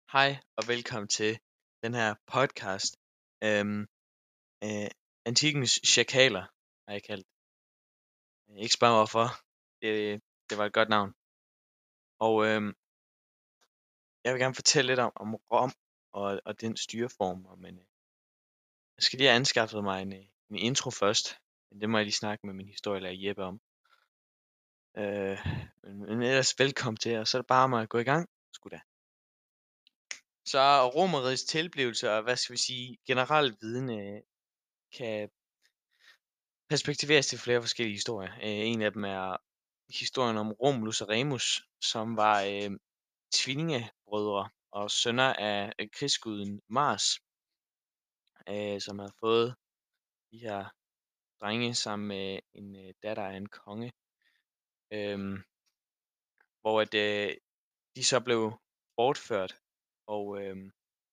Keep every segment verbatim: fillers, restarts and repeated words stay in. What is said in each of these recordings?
Hej og velkommen til den her podcast. Øhm, øh, Antikkens sjakaler har jeg kaldt. Øh, Ikke spørg mig hvorfor. Det, det var et godt navn. Og øhm, jeg vil gerne fortælle lidt om, om Rom og, og den styreform. Og, men øh, jeg skal lige have anskaffet mig en, øh, en intro først. Men det må jeg lige snakke med min historielærer Jeppe om. Øh, men, men ellers velkommen til, og så er det bare med at gå i gang. Sgu da. Så Romerrigets tilblivelse og hvad skal vi sige, generelt viden øh, kan perspektiveres til flere forskellige historier. Øh, en af dem er historien om Romulus og Remus, som var øh, tvillingebrødre og sønner af øh, krigsguden Mars, øh, som havde fået de her drenge sammen med en øh, datter af en konge, øh, hvor at, øh, de så blev bortført og, øh,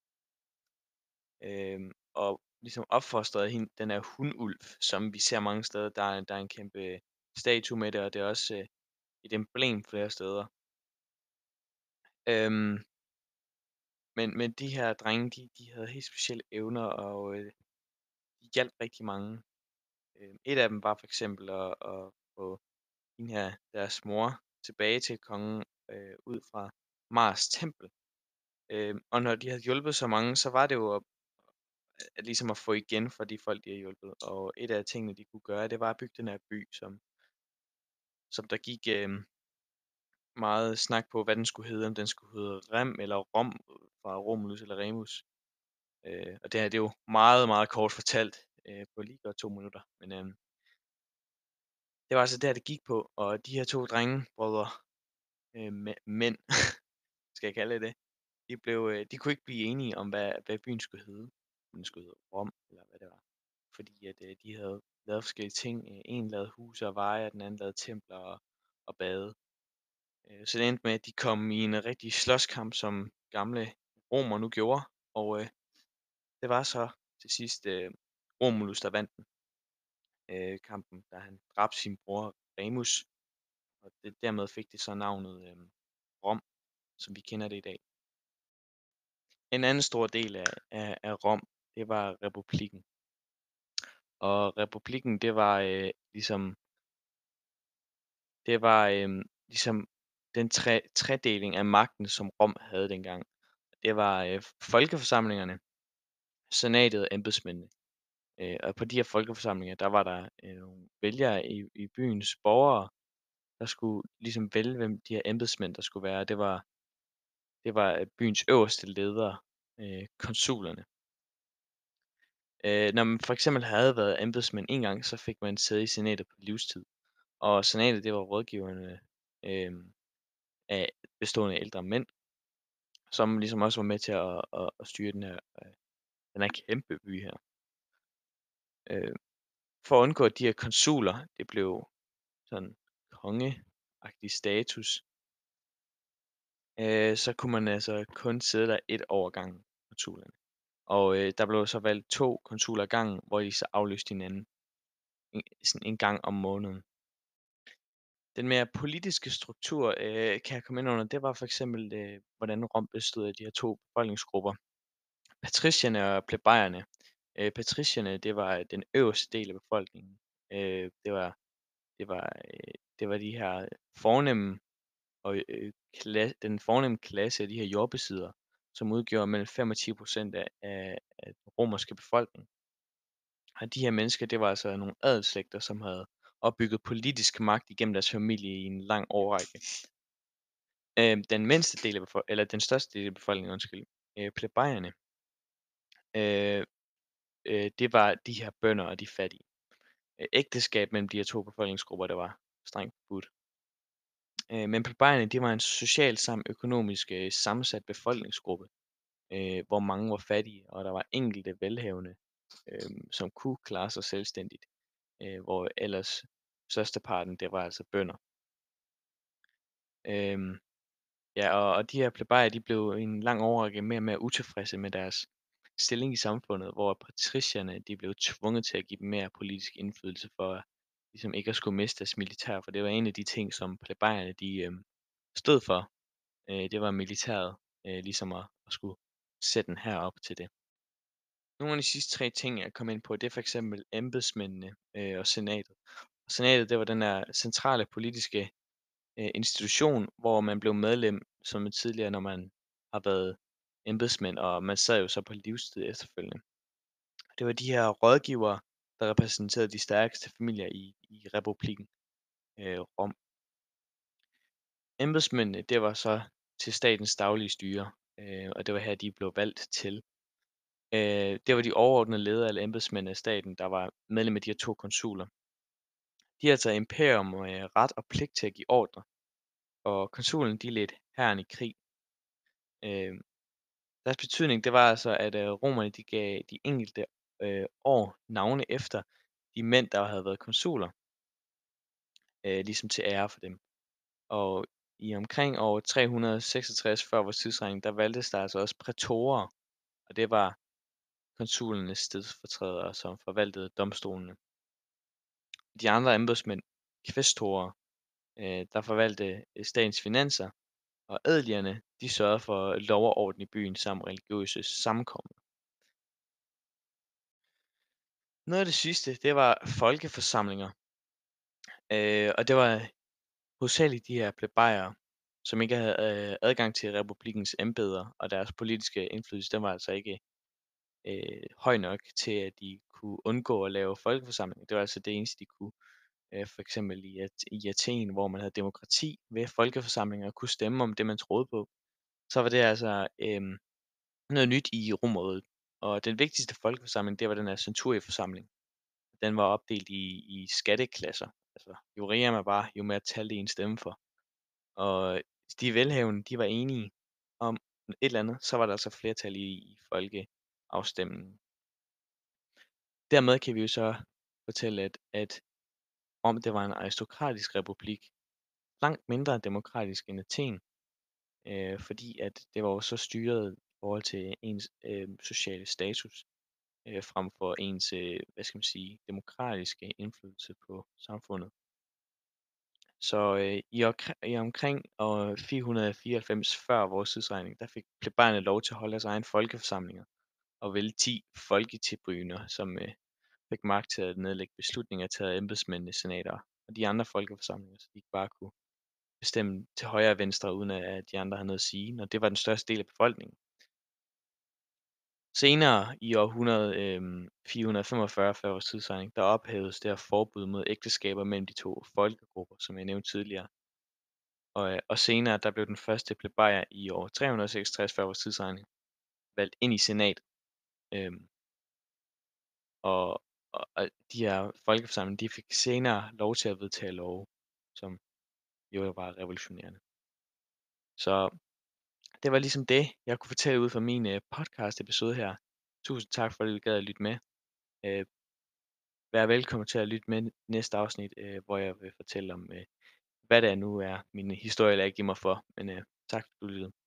øh, og ligesom opfostret af hende, den her hundulv, som vi ser mange steder. Der er, der er en kæmpe statue med det, og det er også øh, et emblem flere steder. Øhm, men men de her drenge, de de havde helt specielle evner, og, øh, de hjalp rigtig mange. Øh, et af dem var for eksempel at at få hende her, deres mor, tilbage til kongen, øh, ud fra Mars tempel. Øhm, og når de havde hjulpet så mange, så var det jo at at ligesom at få igen for de folk, de havde hjulpet. Og et af tingene, de kunne gøre, det var at bygge den her by, som som der gik, øh, meget snak på, hvad den skulle hedde, om den skulle hedde Rem eller Rom fra Romulus eller Remus. Øh, og det her, det er jo meget, meget kort fortalt, øh, på lige godt to minutter. Men øhm, det var altså der, det gik på, og de her to drengebrødre, øh, mæ- mænd, skal jeg kalde det det, de, blev, øh, de kunne ikke blive enige om, hvad, hvad byen skulle hedde. Om den skulle hedde Rom, eller hvad det var. Fordi at øh, de havde lavet forskellige ting. Øh, En lavede huse og veje, og den anden lavede templer og, og bade. Øh, så det endte med, at de kom i en rigtig slåskamp, som gamle romer nu gjorde. Og øh, det var så til sidst øh, Romulus, der vandt den. øh, kampen, da han dræbte sin bror Remus, og det, dermed fik det så navnet øh, Rom, som vi kender det i dag. En anden stor del af, af, af Rom, det var republikken. Og republikken, det var øh, ligesom, det var øh, ligesom den tre, tredeling af magten, som Rom havde dengang. Det var øh, folkeforsamlingerne, senatet og embedsmændene. Øh, og på de her folkeforsamlinger, der var der øh, nogle vælgere i, i byens borgere, der skulle ligesom vælge, hvem de her embedsmænd, der skulle være. Det var, det var øh, byens øverste ledere, øh, konsulerne. Øh, når man for eksempel havde været embedsmænd en gang, så fik man sæde i senatet på livstid. Og senatet, det var rådgiverne øh, af bestående af ældre mænd, som ligesom også var med til at, at, at styre den her, øh, den her kæmpe by her. Øh, for at undgå, at de her konsuler, det blev sådan kongeagtig status, øh, så kunne man altså kun sidde der et år ad gangen, konsulerne. Og øh, der blev så valgt to konsuler ad gangen, hvor de så afløste hinanden en, sådan en gang om måneden. Den mere politiske struktur, øh, kan jeg komme ind under, det var for eksempel, øh, hvordan Rom bestod af de her to befolkningsgrupper. Patricierne og plebejerne. Øh, patricierne, det var øh, den øverste del af befolkningen. Øh, det var, det var, øh, det var de her fornemme og øh, kla- den fornemme klasse af de her jordbesiddere, som udgjorde mellem fem og ti procent af, af, af den romerske befolkning. Og de her mennesker, det var altså nogle adelsslægter, som havde opbygget politisk magt igennem deres familie i en lang årrække. Øh, den mindste del af befol- eller den største del af befolkningen, undskyld, øh, plebejerne, øh, øh, det var de her bønder og de fattige. Øh, ægteskab mellem de her to befolkningsgrupper, der var strengt forbudt. Øh, men plebejerne, det var en socialt samt økonomisk øh, sammensat befolkningsgruppe, øh, hvor mange var fattige, og der var enkelte velhavende, øh, som kunne klare sig selvstændigt, øh, hvor ellers størsteparten, det var altså bønder. Øhm, ja, og, og de her plebejer, de blev i en lang årrække mere og mere utilfredse med deres stilling i samfundet, hvor patricierne, de blev tvunget til at give dem mere politisk indflydelse for ligesom ikke at skulle miste deres militær, for det var en af de ting, som plebejerne, de øh, stod for. Øh, det var militæret, øh, ligesom at, at og skulle sætte en hær op til det. Nogle af de sidste tre ting, jeg kom ind på, det er for eksempel embedsmændene øh, og senatet. Og senatet, det var den her centrale politiske øh, institution, hvor man blev medlem som tidligere, når man har været embedsmænd, og man sad jo så på livstid efterfølgende. Det var de her rådgivere, der repræsenterede de stærkeste familier i, i republikken øh, Rom. Embedsmændene, det var så til statens daglige styre, øh, og det var her, de blev valgt til. Øh, det var de overordnede ledere eller embedsmænd af staten, der var medlem af de her to konsuler. De havde taget imperium og øh, ret og pligt til at give ordre, og konsulen de ledte hæren i krig. Øh, Deres betydning, det var altså, at øh, romerne de gav de enkelte øh, år navne efter de mænd, der havde været konsuler, øh, ligesom til ære for dem. Og i omkring år tre hundrede og seksogtres før vores tidsregning, der valgtes der altså også prætorer, og det var konsulernes stedfortrædere, som forvaltede domstolene. De andre embedsmænd, kvæstorer, øh, der forvaltede øh, statens finanser, og adelierne, de sørgede for lov og orden i byen samt religiøse sammenkomster. Noget af det sidste, det var folkeforsamlinger, øh, og det var hovedsageligt de her plebejere, som ikke havde øh, adgang til republikkens embeder, og deres politiske indflydelse, den var altså ikke øh, høj nok til, at de kunne undgå at lave folkeforsamlinger. Det var altså det eneste, de kunne. Øh, for eksempel i, At- i Athen, hvor man havde demokrati ved folkeforsamlinger og kunne stemme om det, man troede på. Så var det altså øh, noget nyt i Romerriget. Og den vigtigste folkeforsamling, det var den her centurieforsamling. Den var opdelt i, i skatteklasser. Altså, jo rigere man var, jo mere talte en stemme for. Og de velhavende, de var enige om et eller andet, så var der altså flertal i, i folkeafstemningen. Dermed kan vi jo så fortælle, at, at Rom det var en aristokratisk republik, langt mindre demokratisk end Athen, øh, fordi at det var jo så styret i forhold til ens øh, sociale status, øh, frem for ens, øh, hvad skal man sige, demokratiske indflydelse på samfundet. Så øh, i, okre- i omkring år fire hundrede og fireoghalvfems før vores tidsregning, der fik plebejerne lov til at holde deres egen folkeforsamlinger og vælge ti folketribuner, som øh, fik magt til at nedlægge beslutninger taget af embedsmændene, senater og de andre folkeforsamlinger, så de ikke bare kunne bestemme til højre og venstre, uden at de andre havde noget at sige, når det var den største del af befolkningen. Senere i århundrede øh, fire hundrede og femogfyrre før vores tidsregning, der ophævedes det her forbud mod ægteskaber mellem de to folkegrupper, som jeg nævnte tidligere. Og, øh, og senere, der blev den første plebejer i år tre hundrede og seksogtres før vores tidsregning valgt ind i senatet. Øhm, og, og, og de her folkeforsamlinger, de fik senere lov til at vedtage love, som jo var revolutionerende. Så det var ligesom det, jeg kunne fortælle ud fra min øh, podcast episode her. Tusind tak for, at du gad at lytte med. Øh, vær velkommen til at lytte med næste afsnit, øh, hvor jeg vil fortælle om, øh, hvad det er nu er, min historie, jeg ikke giver mig for. Men øh, tak, for at du lyttede.